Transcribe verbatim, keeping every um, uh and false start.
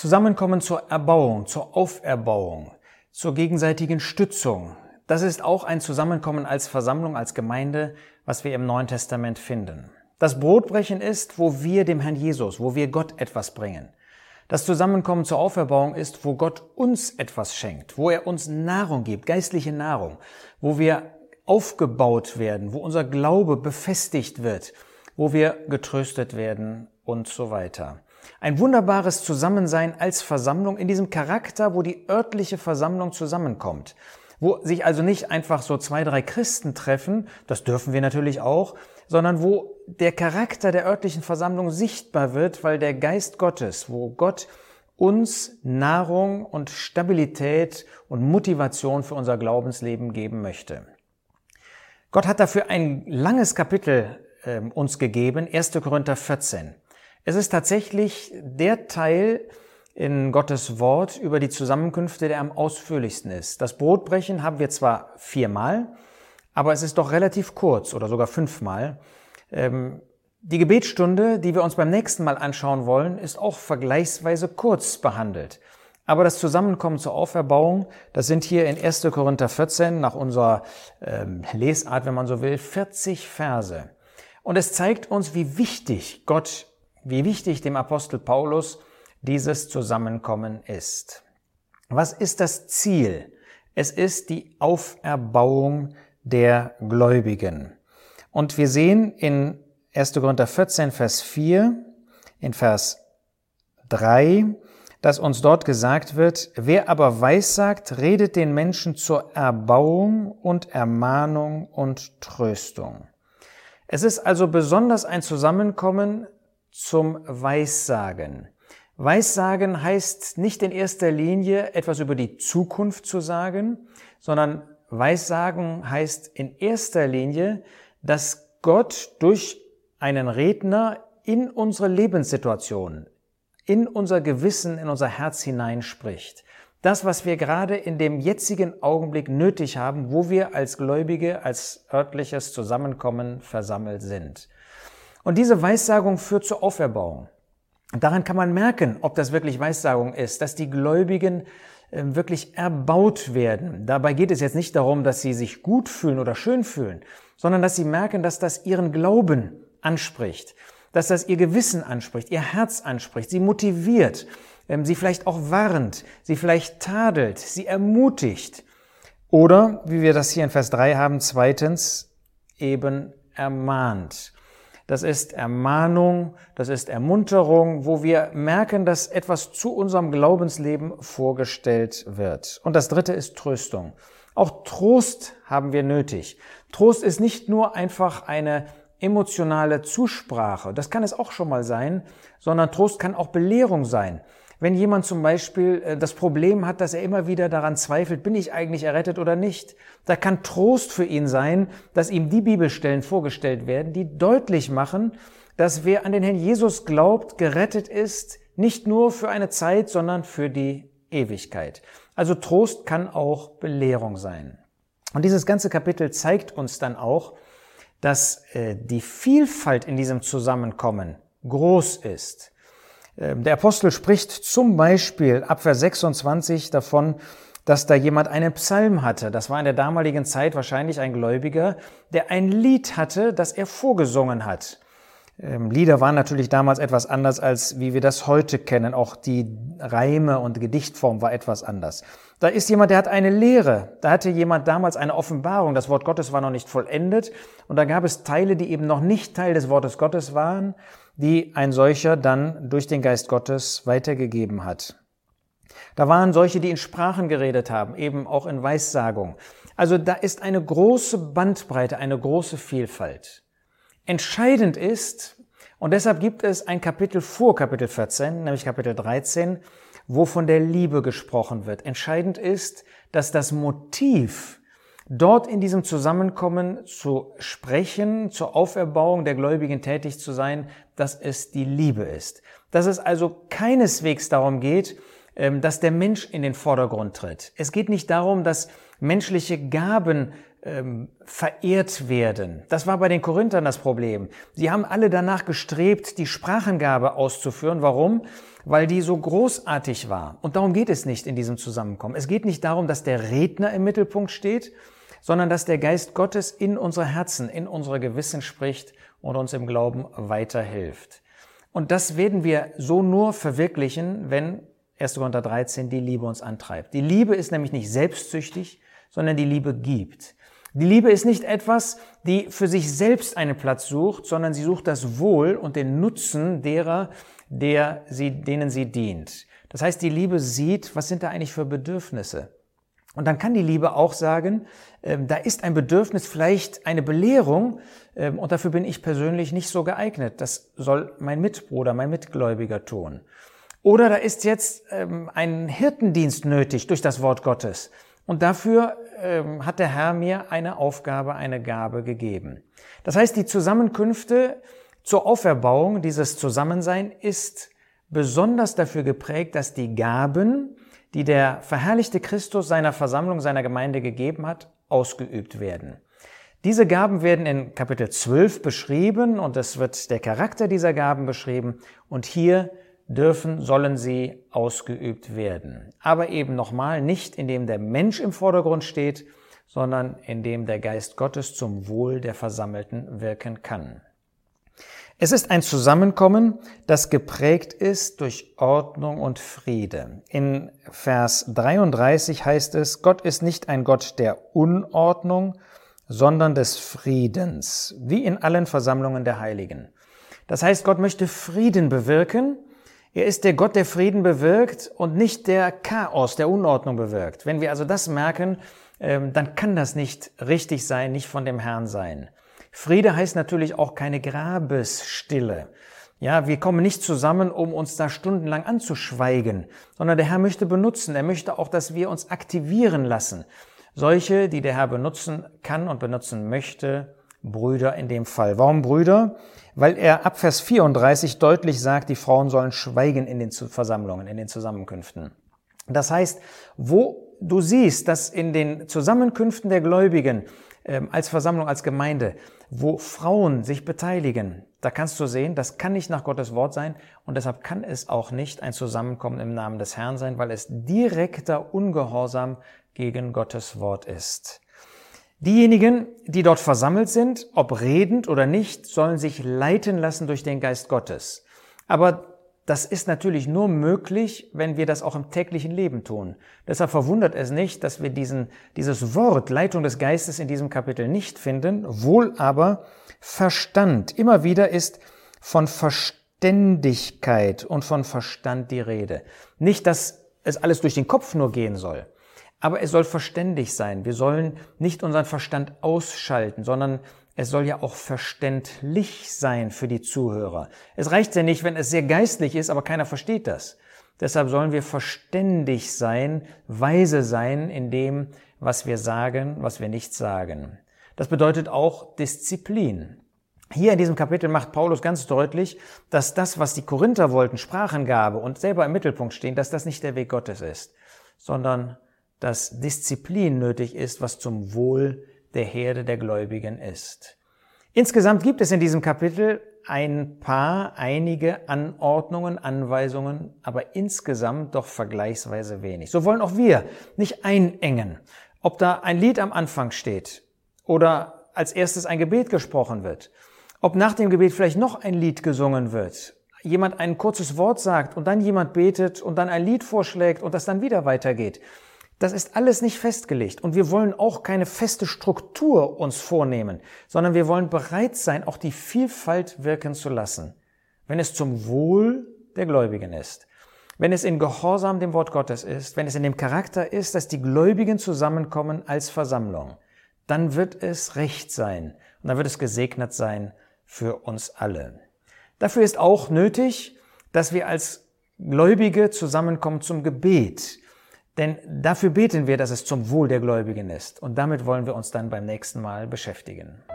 Zusammenkommen zur Erbauung, zur Auferbauung, zur gegenseitigen Stützung. Das ist auch ein Zusammenkommen als Versammlung, als Gemeinde, was wir im Neuen Testament finden. Das Brotbrechen ist, wo wir dem Herrn Jesus, wo wir Gott etwas bringen. Das Zusammenkommen zur Auferbauung ist, wo Gott uns etwas schenkt, wo er uns Nahrung gibt, geistliche Nahrung, wo wir aufgebaut werden, wo unser Glaube befestigt wird, wo wir getröstet werden und so weiter. Ein wunderbares Zusammensein als Versammlung in diesem Charakter, wo die örtliche Versammlung zusammenkommt, wo sich also nicht einfach so zwei, drei Christen treffen, das dürfen wir natürlich auch, sondern wo der Charakter der örtlichen Versammlung sichtbar wird, weil der Geist Gottes, wo Gott uns Nahrung und Stabilität und Motivation für unser Glaubensleben geben möchte. Gott hat dafür ein langes Kapitel äh, uns gegeben, erster Korinther vierzehn. Es ist tatsächlich der Teil in Gottes Wort über die Zusammenkünfte, der am ausführlichsten ist. Das Brotbrechen haben wir zwar viermal, aber es ist doch relativ kurz oder sogar fünfmal. Ähm, die Gebetsstunde, die wir uns beim nächsten Mal anschauen wollen, ist auch vergleichsweise kurz behandelt. Aber das Zusammenkommen zur Auferbauung, das sind hier in erster Korinther vierzehn, nach unserer ähm, Lesart, wenn man so will, vierzig Verse. Und es zeigt uns, wie wichtig Gott, wie wichtig dem Apostel Paulus dieses Zusammenkommen ist. Was ist das Ziel? Es ist die Auferbauung der Gläubigen. Und wir sehen in erster Korinther vierzehn, Vers vier, in Vers drei, dass uns dort gesagt wird, wer aber weissagt, redet den Menschen zur Erbauung und Ermahnung und Tröstung. Es ist also besonders ein Zusammenkommen zum Weissagen. Weissagen heißt nicht in erster Linie etwas über die Zukunft zu sagen, sondern Weissagen heißt in erster Linie, dass Gott durch einen Redner in unsere Lebenssituation, in unser Gewissen, in unser Herz hineinspricht. Das, was wir gerade in dem jetzigen Augenblick nötig haben, wo wir als Gläubige, als örtliches Zusammenkommen versammelt sind. Und diese Weissagung führt zur Auferbauung. Und daran kann man merken, ob das wirklich Weissagung ist, dass die Gläubigen wirklich erbaut werden. Dabei geht es jetzt nicht darum, dass sie sich gut fühlen oder schön fühlen, sondern dass sie merken, dass das ihren Glauben anspricht, dass das ihr Gewissen anspricht, ihr Herz anspricht, sie motiviert, sie vielleicht auch warnt, sie vielleicht tadelt, sie ermutigt. Oder, wie wir das hier in Vers drei haben, zweitens eben ermahnt. Das ist Ermahnung, das ist Ermunterung, wo wir merken, dass etwas zu unserem Glaubensleben vorgestellt wird. Und das dritte ist Tröstung. Auch Trost haben wir nötig. Trost ist nicht nur einfach eine emotionale Zusprache, das kann es auch schon mal sein, sondern Trost kann auch Belehrung sein. Wenn jemand zum Beispiel das Problem hat, dass er immer wieder daran zweifelt, bin ich eigentlich errettet oder nicht, da kann Trost für ihn sein, dass ihm die Bibelstellen vorgestellt werden, die deutlich machen, dass wer an den Herrn Jesus glaubt, gerettet ist, nicht nur für eine Zeit, sondern für die Ewigkeit. Also Trost kann auch Belehrung sein. Und dieses ganze Kapitel zeigt uns dann auch, dass äh, die Vielfalt in diesem Zusammenkommen groß ist. Der Apostel spricht zum Beispiel ab Vers sechsundzwanzig davon, dass da jemand einen Psalm hatte. Das war in der damaligen Zeit wahrscheinlich ein Gläubiger, der ein Lied hatte, das er vorgesungen hat. Ähm, Lieder waren natürlich damals etwas anders, als wie wir das heute kennen. Auch die Reime und Gedichtform war etwas anders. Da ist jemand, der hat eine Lehre. Da hatte jemand damals eine Offenbarung. Das Wort Gottes war noch nicht vollendet. Und da gab es Teile, die eben noch nicht Teil des Wortes Gottes waren, die ein solcher dann durch den Geist Gottes weitergegeben hat. Da waren solche, die in Sprachen geredet haben, eben auch in Weissagung. Also da ist eine große Bandbreite, eine große Vielfalt. Entscheidend ist, und deshalb gibt es ein Kapitel vor Kapitel vierzehn, nämlich Kapitel dreizehn, wo von der Liebe gesprochen wird. Entscheidend ist, dass das Motiv, dort in diesem Zusammenkommen zu sprechen, zur Auferbauung der Gläubigen tätig zu sein, dass es die Liebe ist. Dass es also keineswegs darum geht, dass der Mensch in den Vordergrund tritt. Es geht nicht darum, dass menschliche Gaben ähm, verehrt werden. Das war bei den Korinthern das Problem. Sie haben alle danach gestrebt, die Sprachengabe auszuführen. Warum? Weil die so großartig war. Und darum geht es nicht in diesem Zusammenkommen. Es geht nicht darum, dass der Redner im Mittelpunkt steht, sondern dass der Geist Gottes in unsere Herzen, in unsere Gewissen spricht und uns im Glauben weiterhilft. Und das werden wir so nur verwirklichen, wenn erster Korinther dreizehn die Liebe uns antreibt. Die Liebe ist nämlich nicht selbstsüchtig, sondern die Liebe gibt. Die Liebe ist nicht etwas, die für sich selbst einen Platz sucht, sondern sie sucht das Wohl und den Nutzen derer, der sie, denen sie dient. Das heißt, die Liebe sieht, was sind da eigentlich für Bedürfnisse. Und dann kann die Liebe auch sagen, äh, da ist ein Bedürfnis, vielleicht eine Belehrung, äh, und dafür bin ich persönlich nicht so geeignet. Das soll mein Mitbruder, mein Mitgläubiger tun. Oder da ist jetzt ähm, ein Hirtendienst nötig durch das Wort Gottes. Und dafür ähm, hat der Herr mir eine Aufgabe, eine Gabe gegeben. Das heißt, die Zusammenkünfte zur Auferbauung, dieses Zusammensein, ist besonders dafür geprägt, dass die Gaben, die der verherrlichte Christus seiner Versammlung, seiner Gemeinde gegeben hat, ausgeübt werden. Diese Gaben werden in Kapitel zwölf beschrieben und es wird der Charakter dieser Gaben beschrieben. Und hier dürfen, sollen sie ausgeübt werden. Aber eben nochmal nicht, indem der Mensch im Vordergrund steht, sondern indem der Geist Gottes zum Wohl der Versammelten wirken kann. Es ist ein Zusammenkommen, das geprägt ist durch Ordnung und Friede. In Vers dreiunddreißig heißt es, Gott ist nicht ein Gott der Unordnung, sondern des Friedens, wie in allen Versammlungen der Heiligen. Das heißt, Gott möchte Frieden bewirken. Er ist der Gott, der Frieden bewirkt und nicht der Chaos, der Unordnung bewirkt. Wenn wir also das merken, dann kann das nicht richtig sein, nicht von dem Herrn sein. Friede heißt natürlich auch keine Grabesstille. Ja, wir kommen nicht zusammen, um uns da stundenlang anzuschweigen, sondern der Herr möchte benutzen. Er möchte auch, dass wir uns aktivieren lassen. Solche, die der Herr benutzen kann und benutzen möchte, Brüder in dem Fall. Warum Brüder? Weil er ab Vers vierunddreißig deutlich sagt, die Frauen sollen schweigen in den Versammlungen, in den Zusammenkünften. Das heißt, wo du siehst, dass in den Zusammenkünften der Gläubigen äh, als Versammlung, als Gemeinde, wo Frauen sich beteiligen, da kannst du sehen, das kann nicht nach Gottes Wort sein und deshalb kann es auch nicht ein Zusammenkommen im Namen des Herrn sein, weil es direkter Ungehorsam gegen Gottes Wort ist. Diejenigen, die dort versammelt sind, ob redend oder nicht, sollen sich leiten lassen durch den Geist Gottes. Aber das ist natürlich nur möglich, wenn wir das auch im täglichen Leben tun. Deshalb verwundert es nicht, dass wir diesen, dieses Wort Leitung des Geistes in diesem Kapitel nicht finden, wohl aber Verstand. Immer wieder ist von Verständigkeit und von Verstand die Rede. Nicht, dass es alles durch den Kopf nur gehen soll. Aber es soll verständig sein. Wir sollen nicht unseren Verstand ausschalten, sondern es soll ja auch verständlich sein für die Zuhörer. Es reicht ja nicht, wenn es sehr geistlich ist, aber keiner versteht das. Deshalb sollen wir verständig sein, weise sein in dem, was wir sagen, was wir nicht sagen. Das bedeutet auch Disziplin. Hier in diesem Kapitel macht Paulus ganz deutlich, dass das, was die Korinther wollten, Sprachengabe und selber im Mittelpunkt stehen, dass das nicht der Weg Gottes ist, sondern dass Disziplin nötig ist, was zum Wohl der Herde der Gläubigen ist. Insgesamt gibt es in diesem Kapitel ein paar, einige Anordnungen, Anweisungen, aber insgesamt doch vergleichsweise wenig. So wollen auch wir nicht einengen. Ob da ein Lied am Anfang steht oder als erstes ein Gebet gesprochen wird, ob nach dem Gebet vielleicht noch ein Lied gesungen wird, jemand ein kurzes Wort sagt und dann jemand betet und dann ein Lied vorschlägt und das dann wieder weitergeht. Das ist alles nicht festgelegt und wir wollen auch keine feste Struktur uns vornehmen, sondern wir wollen bereit sein, auch die Vielfalt wirken zu lassen, wenn es zum Wohl der Gläubigen ist, wenn es in Gehorsam dem Wort Gottes ist, wenn es in dem Charakter ist, dass die Gläubigen zusammenkommen als Versammlung, dann wird es recht sein und dann wird es gesegnet sein für uns alle. Dafür ist auch nötig, dass wir als Gläubige zusammenkommen zum Gebet. Denn dafür beten wir, dass es zum Wohl der Gläubigen ist. Und damit wollen wir uns dann beim nächsten Mal beschäftigen.